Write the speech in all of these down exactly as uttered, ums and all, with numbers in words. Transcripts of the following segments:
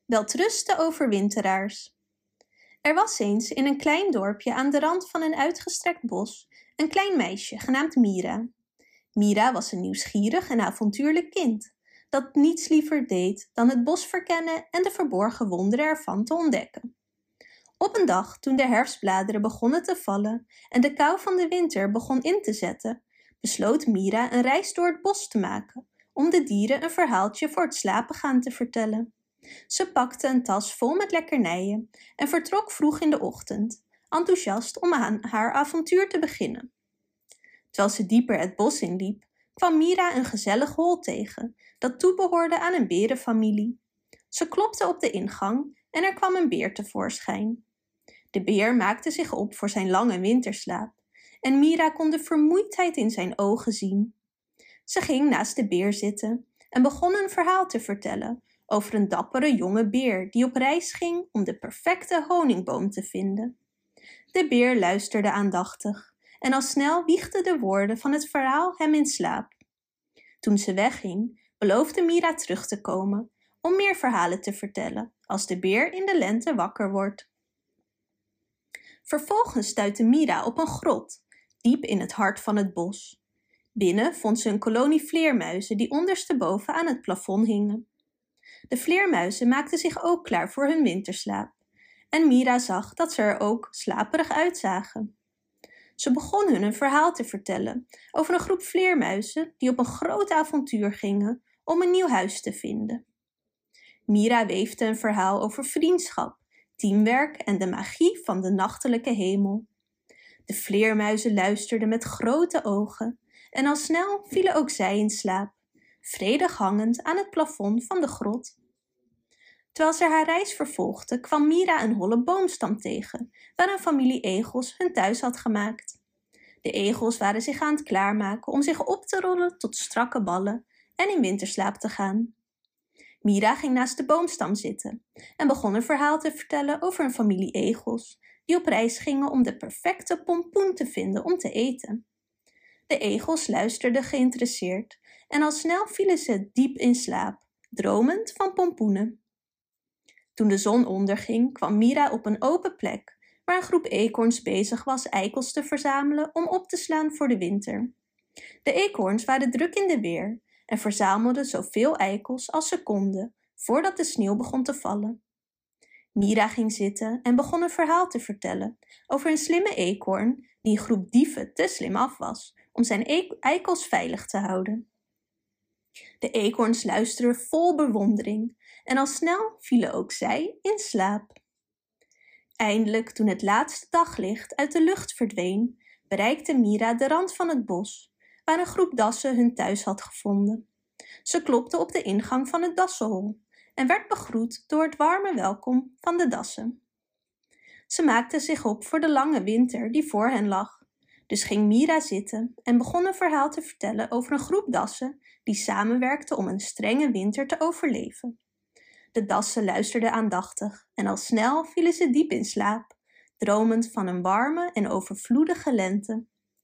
Welterusten overwinteraars. Er was eens in een klein dorpje aan de rand van een uitgestrekt bos een klein meisje genaamd Mira. Mira was een nieuwsgierig en avontuurlijk kind, dat niets liever deed dan het bos verkennen en de verborgen wonderen ervan te ontdekken. Op een dag, toen de herfstbladeren begonnen te vallen en de kou van de winter begon in te zetten, besloot Mira een reis door het bos te maken om de dieren een verhaaltje voor het slapen gaan te vertellen. Ze pakte een tas vol met lekkernijen en vertrok vroeg in de ochtend, enthousiast om aan haar avontuur te beginnen. Terwijl ze dieper het bos inliep, kwam Mira een gezellig hol tegen dat toebehoorde aan een berenfamilie. Ze klopte op de ingang en er kwam een beer tevoorschijn. De beer maakte zich op voor zijn lange winterslaap en Mira kon de vermoeidheid in zijn ogen zien. Ze ging naast de beer zitten en begon een verhaal te vertellen over een dappere jonge beer die op reis ging om de perfecte honingboom te vinden. De beer luisterde aandachtig en al snel wiegden de woorden van het verhaal hem in slaap. Toen ze wegging, beloofde Mira terug te komen om meer verhalen te vertellen als de beer in de lente wakker wordt. Vervolgens stuitte Mira op een grot, diep in het hart van het bos. Binnen vond ze een kolonie vleermuizen die ondersteboven aan het plafond hingen. De vleermuizen maakten zich ook klaar voor hun winterslaap en Mira zag dat ze er ook slaperig uitzagen. Ze begon hun een verhaal te vertellen over een groep vleermuizen die op een groot avontuur gingen om een nieuw huis te vinden. Mira weefde een verhaal over vriendschap, teamwerk en de magie van de nachtelijke hemel. De vleermuizen luisterden met grote ogen en al snel vielen ook zij in slaap, vredig hangend aan het plafond van de grot. Terwijl ze haar reis vervolgde, kwam Mira een holle boomstam tegen, waar een familie egels hun thuis had gemaakt. De egels waren zich aan het klaarmaken om zich op te rollen tot strakke ballen en in winterslaap te gaan. Mira ging naast de boomstam zitten en begon een verhaal te vertellen over een familie egels die op reis gingen om de perfecte pompoen te vinden om te eten. De egels luisterden geïnteresseerd en al snel vielen ze diep in slaap, dromend van pompoenen. Toen de zon onderging, kwam Mira op een open plek waar een groep eekhoorns bezig was eikels te verzamelen om op te slaan voor de winter. De eekhoorns waren druk in de weer en verzamelden zoveel eikels als ze konden voordat de sneeuw begon te vallen. Mira ging zitten en begon een verhaal te vertellen over een slimme eekhoorn die een groep dieven te slim af was om zijn eikels veilig te houden. De eekhoorns luisterden vol bewondering en al snel vielen ook zij in slaap. Eindelijk, toen het laatste daglicht uit de lucht verdween, bereikte Mira de rand van het bos, waar een groep dassen hun thuis had gevonden. Ze klopte op de ingang van het dassenhol en werd begroet door het warme welkom van de dassen. Ze maakten zich op voor de lange winter die voor hen lag. Dus ging Mira zitten en begon een verhaal te vertellen over een groep dassen die samenwerkten om een strenge winter te overleven. De dassen luisterden aandachtig en al snel vielen ze diep in slaap, dromend van een warme en overvloedige lente.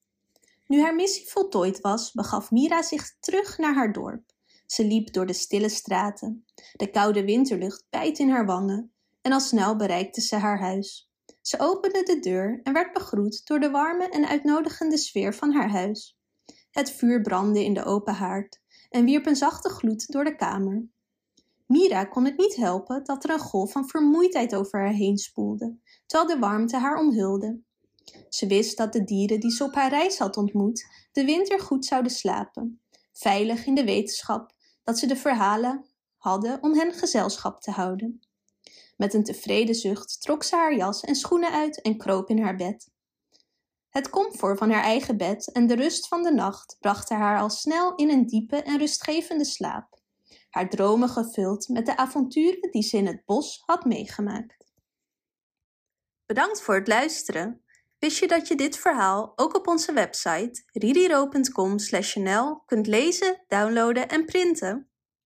Nu haar missie voltooid was, begaf Mira zich terug naar haar dorp. Ze liep door de stille straten. De koude winterlucht bijt in haar wangen en al snel bereikte ze haar huis. Ze opende de deur en werd begroet door de warme en uitnodigende sfeer van haar huis. Het vuur brandde in de open haard en wierp een zachte gloed door de kamer. Mira kon het niet helpen dat er een golf van vermoeidheid over haar heen spoelde, terwijl de warmte haar omhulde. Ze wist dat de dieren die ze op haar reis had ontmoet, de winter goed zouden slapen, veilig in de wetenschap dat ze de verhalen hadden om hen gezelschap te houden. Met een tevreden zucht trok ze haar jas en schoenen uit en kroop in haar bed. Het comfort van haar eigen bed en de rust van de nacht brachten haar al snel in een diepe en rustgevende slaap, haar dromen gevuld met de avonturen die ze in het bos had meegemaakt. Bedankt voor het luisteren. Wist je dat je dit verhaal ook op onze website ririro punt com slash n l kunt lezen, downloaden en printen?